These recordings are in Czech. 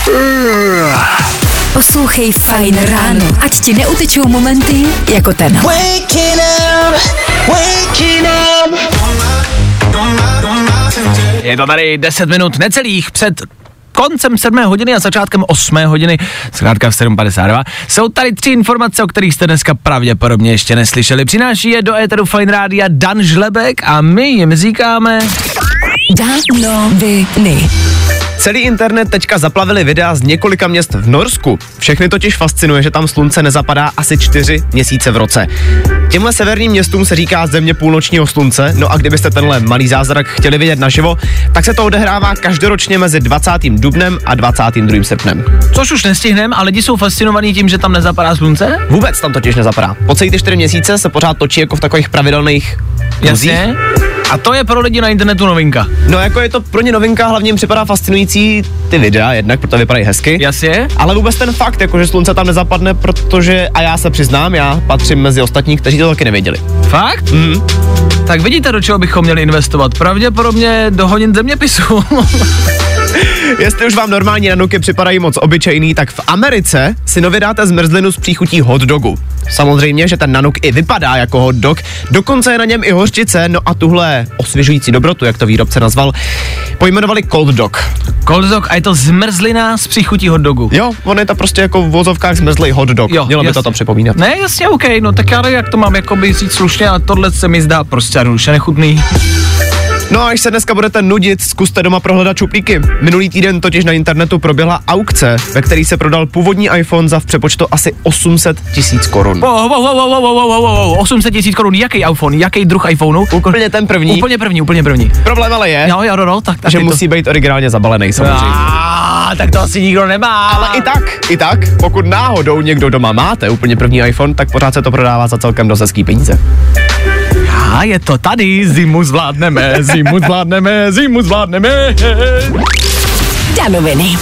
Poslouchej Fajn ráno, ať ti neutečou momenty jako ten. Je to tady 10 minut necelých před koncem 7. hodiny a začátkem 8. hodiny, zkrátka v 7:52. Jsou tady 3 informace, o kterých jste dneska pravděpodobně ještě neslyšeli. Přináší je do éteru Fajn rádia Dan Žlebek a my jim říkáme Danoviny. Celý internet teďka zaplavili videa z několika měst v Norsku. Všechny totiž fascinuje, že tam slunce nezapadá asi 4 měsíce v roce. Těmhle severním městům se říká země půlnočního slunce, no a kdybyste tenhle malý zázrak chtěli vidět naživo, tak se to odehrává každoročně mezi 20. dubnem a 22. srpnem. Což už nestihneme, a lidi jsou fascinovaní tím, že tam nezapadá slunce? Vůbec tam totiž nezapadá. Po celý ty 4 měsíce se pořád točí jako v takových pravidelných Jasně. A to je pro lidi na internetu novinka. No jako je to pro ně novinka, hlavně jim připadá fascinující ty videa, jednak protože vypadají hezky. Jasně. Ale vůbec ten fakt, jako že slunce tam nezapadne, protože, a já se přiznám, já patřím mezi ostatní, kteří to taky nevěděli. Fakt? Tak vidíte, do čeho bychom měli investovat? Pravděpodobně do hodin zeměpisu. Jestli už vám normální nanuky připadají moc obyčejný, tak v Americe si nově dáte zmrzlinu s příchutí hot dogu. Samozřejmě, že ten nanuk i vypadá jako hot dog, dokonce je na něm i hořčice, no a tuhle osvěžující dobrotu, jak to výrobce nazval, pojmenovali cold dog. Cold dog a je to zmrzlina s příchutí hot dogu. Jo, on je to prostě jako v vozovkách zmrzlý hot dog. Jo, mělo by to připomínat. Ne, jasně, OK, no tak já jak to mám jakoby říct slušně, a tohle se mi zdá prostě už nechutný. No a až se dneska budete nudit, zkuste doma prohledat čuplíky. Minulý týden totiž na internetu proběhla aukce, ve který se prodal původní iPhone za v přepočtu asi 800 000 korun. 800 000 korun, jaký iPhone, jaký druh iPhoneu? Úplně ten první. Úplně první. Problém ale je, Jo, tak že musí být originálně zabalený samozřejmě. Tak to asi nikdo nemá. Ale i tak, pokud náhodou někdo doma máte úplně první iPhone, tak pořád se to prodává za celkem dost hezký peníze. A je to tady, zimu zvládneme. Danoviny.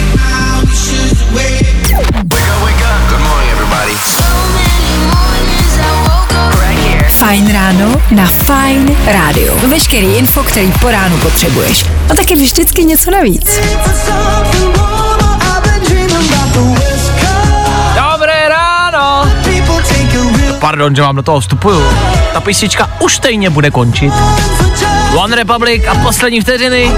Fajn ráno na Fajn rádiu. Veškerý info, který po ránu potřebuješ. A taky vždycky něco navíc. Dobré ráno. Pardon, že vám do toho vstupuju. Ta písnička už stejně bude končit. One Republic a poslední vteřiny.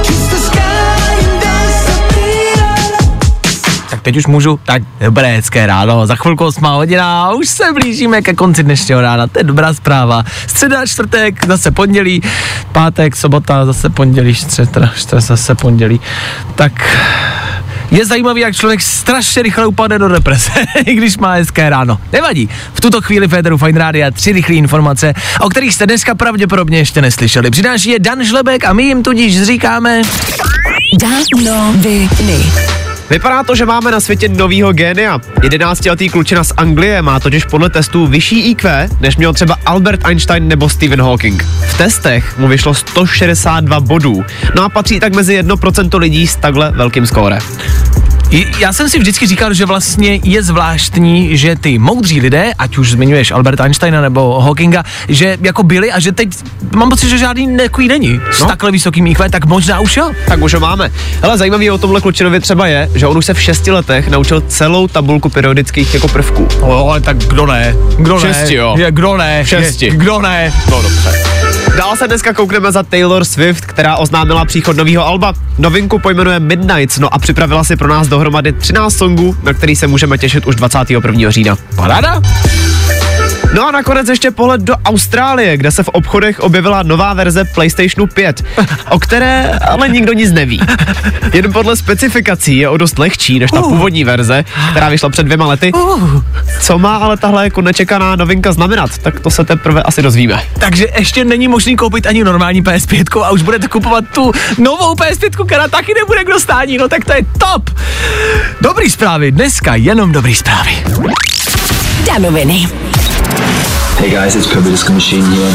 Tak teď už můžu, tak dobré, hezké ráno, za chvilku 8 hodina, už se blížíme ke konci dnešního rána, to je dobrá zpráva. Středa, čtvrtek, zase pondělí, pátek, sobota, zase pondělí, středa, zase pondělí. Tak je zajímavý, jak člověk strašně rychle upadne do deprese, i když má hezké ráno. Nevadí, v tuto chvíli v éteru Fajn rádia 3 rychlé informace, o kterých jste dneska pravděpodobně ještě neslyšeli. Přináší je Dan Žlebek a my jim tudíž říkáme Danoviny. Vypadá to, že máme na světě novýho génia. 11letý klučina z Anglie má totiž podle testů vyšší IQ, než měl třeba Albert Einstein nebo Stephen Hawking. V testech mu vyšlo 162 bodů. No a patří tak mezi 1% lidí s takhle velkým skóre. Já jsem si vždycky říkal, že vlastně je zvláštní, že ty moudří lidé, ať už zmiňuješ Alberta Einsteina nebo Hawkinga, že jako byli a že teď mám pocit, že žádný takový není s takhle vysokým IQ, tak možná už jo. Tak už ho máme. Hele, zajímavý o tomhle klučinovi třeba je, že on už se v 6 letech naučil celou tabulku periodických jako prvků. Ale tak kdo ne? Kdo 6, ne? jo. Kdo ne? 6. Kdo ne? No dobře. Dál se dneska koukneme za Taylor Swift, která oznámila příchod nového alba. Novinku pojmenuje Midnights, no a připravila si pro nás dohromady 13 songů, na který se můžeme těšit už 21. října. Paráda? No a nakonec ještě pohled do Austrálie, kde se v obchodech objevila nová verze PlayStationu 5, o které ale nikdo nic neví. Jen podle specifikací je o dost lehčí než ta původní verze, která vyšla před 2 lety. Co má ale tahle jako nečekaná novinka znamenat, tak to se teprve asi dozvíme. Takže ještě není možný koupit ani normální PS5 a už budete kupovat tu novou PS5, která taky nebude k dostání, no tak to je top! Dobrý zprávy, dneska jenom dobrý zprávy. Danoviny. Hey guys, it's Purple Disco Machine here.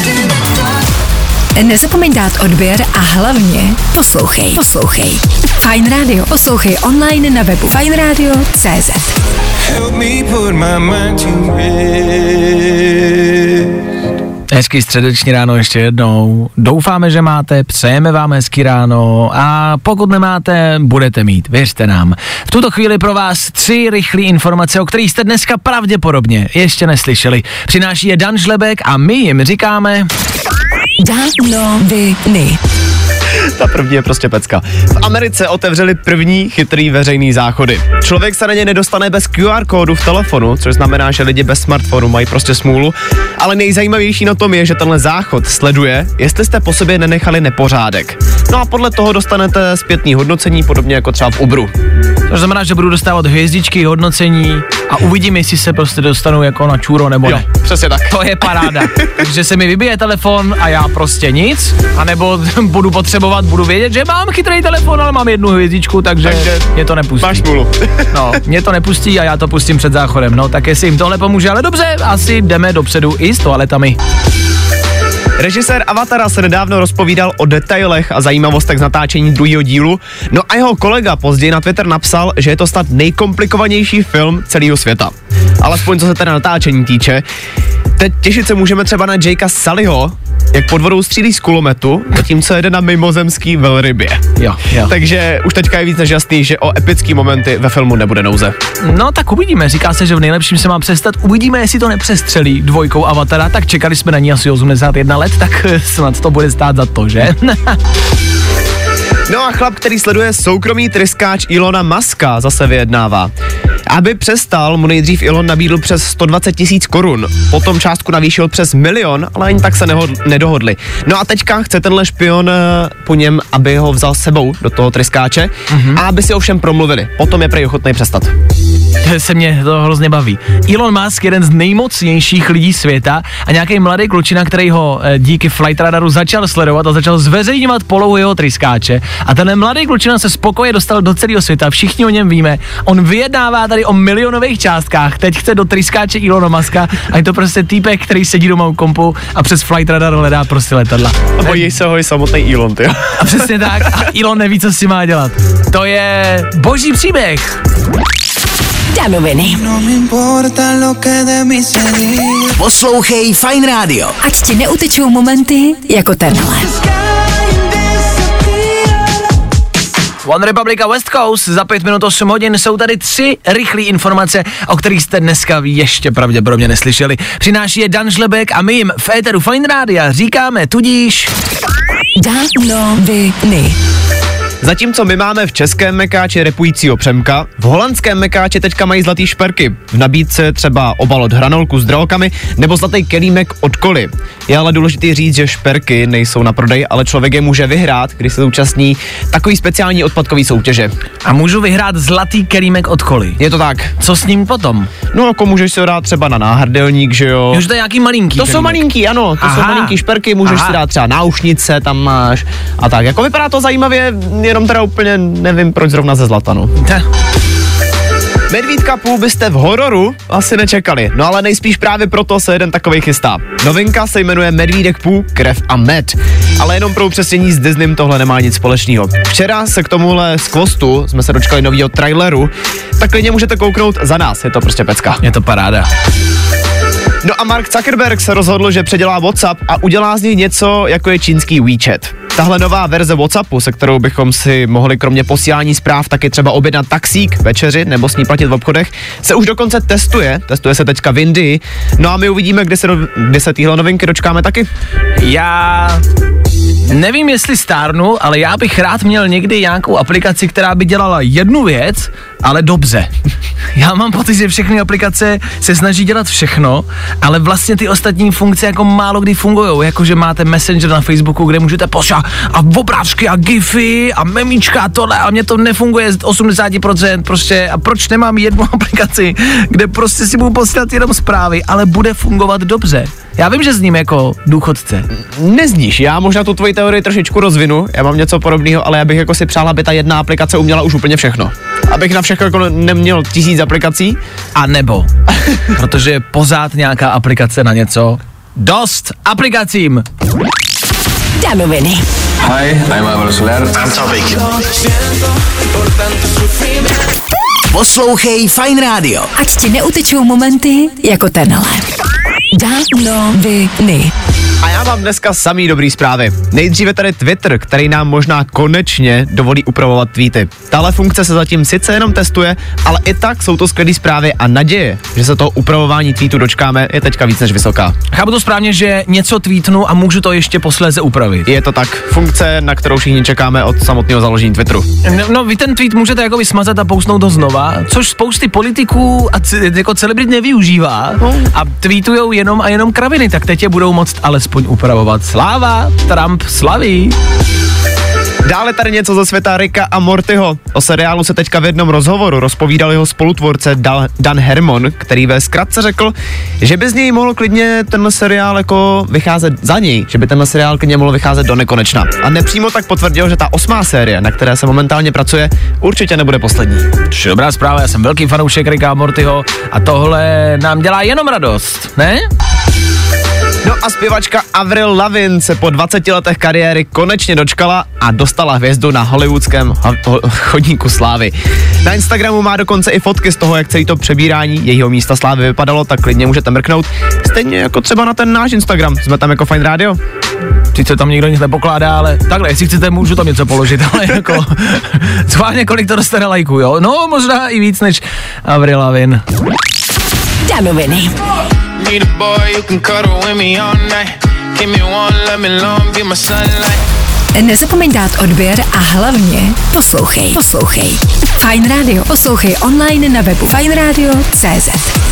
Nezapomeň dát odběr a hlavně poslouchej. Fajn rádio. Poslouchej online na webu fajnradio.cz. Help me put my mind to rest. Hezký středeční ráno ještě jednou. Doufáme, že máte, přejeme vám hezký ráno a pokud nemáte, budete mít, věřte nám. V tuto chvíli pro vás 3 rychlé informace, o kterých jste dneska pravděpodobně ještě neslyšeli. Přináší je Dan Žlebek a my jim říkáme... Danoviny. Ta první je prostě pecka. V Americe otevřeli první chytrý veřejný záchody. Člověk se na ně nedostane bez QR kódu v telefonu, což znamená, že lidi bez smartphonu mají prostě smůlu. Ale nejzajímavější na tom je, že tenhle záchod sleduje, jestli jste po sobě nenechali nepořádek. No a podle toho dostanete zpětný hodnocení, podobně jako třeba v Uberu. To znamená, že budu dostávat hvězdičky, hodnocení a uvidím, jestli se prostě dostanu jako na čůro nebo ne. Přesně tak. To je paráda. Takže se mi vybije telefon a já prostě nic, anebo budu vědět, že mám chytrý telefon, ale mám 1 hvězdičku, takže mě to nepustí. Máš smůlu. No, mě to nepustí a já to pustím před záchodem. No, tak jestli jim tohle pomůže, ale dobře, asi jdeme dopředu i s toaletami. Režisér Avatara se nedávno rozpovídal o detailech a zajímavostech z natáčení 2. dílu, no a jeho kolega později na Twitter napsal, že je to snad nejkomplikovanější film celého světa. Alespoň co se teda natáčení týče. Teď těšit se můžeme třeba na Jakea Sullyho, jak pod vodou střílí z kulometu, zatímco jede na mimozemský velrybě. Jo. Takže už teďka je víc než jasný, že o epický momenty ve filmu nebude nouze. No tak uvidíme, říká se, že v nejlepším se má přestat, uvidíme, jestli to nepřestřelí 2 Avatara, tak čekali jsme na ní asi 81 let, tak snad to bude stát za to, že? No a chlap, který sleduje soukromý tryskáč Elona Muska, zase vyjednává. Aby přestal, mu nejdřív Elon nabídl přes 120 000 korun, potom částku navýšil přes 1 milion, ale ani tak se nedohodli. No a teďka chce tenhle špion po něm, aby ho vzal s sebou do toho tryskáče a aby si ovšem promluvili. Potom je prej ochotný přestat. Se mě to hrozně baví. Elon Musk, jeden z nejmocnějších lidí světa a nějaký mladý klučina, který ho díky Flight Radaru začal sledovat a začal zveřejňovat polohu jeho tryskáče. A ten mladý klučina se spokoje dostal do celého světa, všichni o něm víme. On vyjednává tady o milionových částkách, teď chce do tryskáče Elona Muska a je to prostě týpek, který sedí doma u kompu a přes Flight Radar hledá prostě letadla. A bojí se ho i samotný Elon, tyjo. A přesně tak, a Elon neví, co s tím má dělat. To je boží příběh. Danoviny. Poslouchej Fajn rádio. Ať ti neutečou momenty jako tenhle. One Republic a West Coast, za 5 minut 8 hodin jsou tady 3 rychlé informace, o kterých jste dneska ještě pravděpodobně neslyšeli. Přináší je Dan Žlebek a my jim v éteru Fajn rádia říkáme tudíž... Danoviny. Zatímco my máme v českém mekáči repujícího Přemka, v holandském mekáči teďka mají zlatý šperky. V nabídce třeba obal od hranolku s drolkami nebo zlatý kelímek od Koly. Je ale důležité říct, že šperky nejsou na prodej, ale člověk je může vyhrát, když se zúčastní takový speciální odpadkový soutěže. A můžu vyhrát zlatý kelímek od Koly. Je to tak. Co s ním potom? No jako můžeš si ho dát třeba na náhrdelník, že jo. Už to je nějaký malinký. To jsou malinký, ano, to jsou malinký šperky, můžeš si dát třeba náušnice, tam máš a tak. Jako vypadá to zajímavě, jenom teda úplně nevím, proč zrovna ze zlata, no. Medvídka půl byste v hororu asi nečekali, no ale nejspíš právě proto se jeden takovej chystá. Novinka se jmenuje Medvídek půl, krev a med, ale jenom pro upřesnění s Disneym tohle nemá nic společného. Včera se k tomuhle skvostu jsme se dočkali novýho traileru, tak klidně můžete kouknout za nás, je to prostě pecka. Je to paráda. No a Mark Zuckerberg se rozhodl, že předělá WhatsApp a udělá z něj něco, jako je čínský WeChat. Tahle nová verze WhatsAppu, se kterou bychom si mohli kromě posílání zpráv taky třeba objednat taxík, večeři nebo s ní platit v obchodech, se už dokonce testuje se teďka v Indii. No a my uvidíme, kde se téhle novinky dočkáme taky. Já nevím, jestli stárnu, ale já bych rád měl někdy nějakou aplikaci, která by dělala jednu věc, ale dobře. Já mám pocit, že všechny aplikace se snaží dělat všechno, ale vlastně ty ostatní funkce jako málo kdy fungujou, jakože máte Messenger na Facebooku, kde můžete poslat a obrázky a gify a memíčka a tohle a mně to nefunguje z 80% prostě a proč nemám jednu aplikaci, kde prostě si budu posílat jenom zprávy, ale bude fungovat dobře. Já vím, že s ním jako důchodce. Nezníš, já možná tu tvoji teorii trošičku rozvinu, já mám něco podobného, ale já bych jako si přál, aby ta jedna aplikace uměla už úplně všechno. Abych na všechno jako neměl 1000 aplikací. A nebo, protože je pořád nějaká aplikace na něco. Dost aplikacím! Danoviny. Hi, I'm Álvaro Soler. I'm Topic. Poslouchej Fajn rádio. Ať ti neutečou momenty jako tenhle. Danoviny. A já mám dneska samý dobrý zprávy. Nejdříve tady Twitter, který nám možná konečně dovolí upravovat tweety. Tahle funkce se zatím sice jenom testuje, ale i tak jsou to skvělý zprávy a naděje, že se toho upravování tweetu dočkáme, je teďka víc než vysoká. Chápu to správně, že něco tweetnu a můžu to ještě posléze upravit. Je to tak, funkce, na kterou všichni čekáme od samotného založení Twitteru. No, vy ten tweet můžete jako smazat a poustnout ho znova, což spousty politiků a jako celebrit nevyužívá a tweetujou jenom a jenom kraviny, tak teď je budou moct alespoň upravovat. Sláva, Trump slaví. Dále tady něco ze světa Ricka a Mortyho. O seriálu se teďka v jednom rozhovoru rozpovídal jeho spolutvůrce Dan Harmon, který ve zkratce řekl, že by z něj mohl klidně tenhle seriál jako vycházet za něj, že by tenhle seriál klidně mohl vycházet do nekonečna. A nepřímo tak potvrdil, že ta 8. série, na které se momentálně pracuje, určitě nebude poslední. Dobrá zpráva, já jsem velký fanoušek Ricka a Mortyho a tohle nám dělá jenom radost, ne? No a zpěvačka Avril Lavigne se po 20 letech kariéry konečně dočkala a dostala hvězdu na hollywoodském chodníku slávy. Na Instagramu má dokonce i fotky z toho, jak celý to přebírání jejího místa slávy vypadalo, tak klidně můžete mrknout. Stejně jako třeba na ten náš Instagram, jsme tam jako Fajn Radio. Sice tam nikdo nic nepokládá, ale takhle, jestli chcete, můžu tam něco položit, ale jako schválně kolik to dostane lajků, jo? No, možná i víc než Avril Lavigne. Danoviny. Nezapomeň dát odběr a hlavně poslouchej. Fajn Radio. Poslouchej online na webu fajnradio.cz.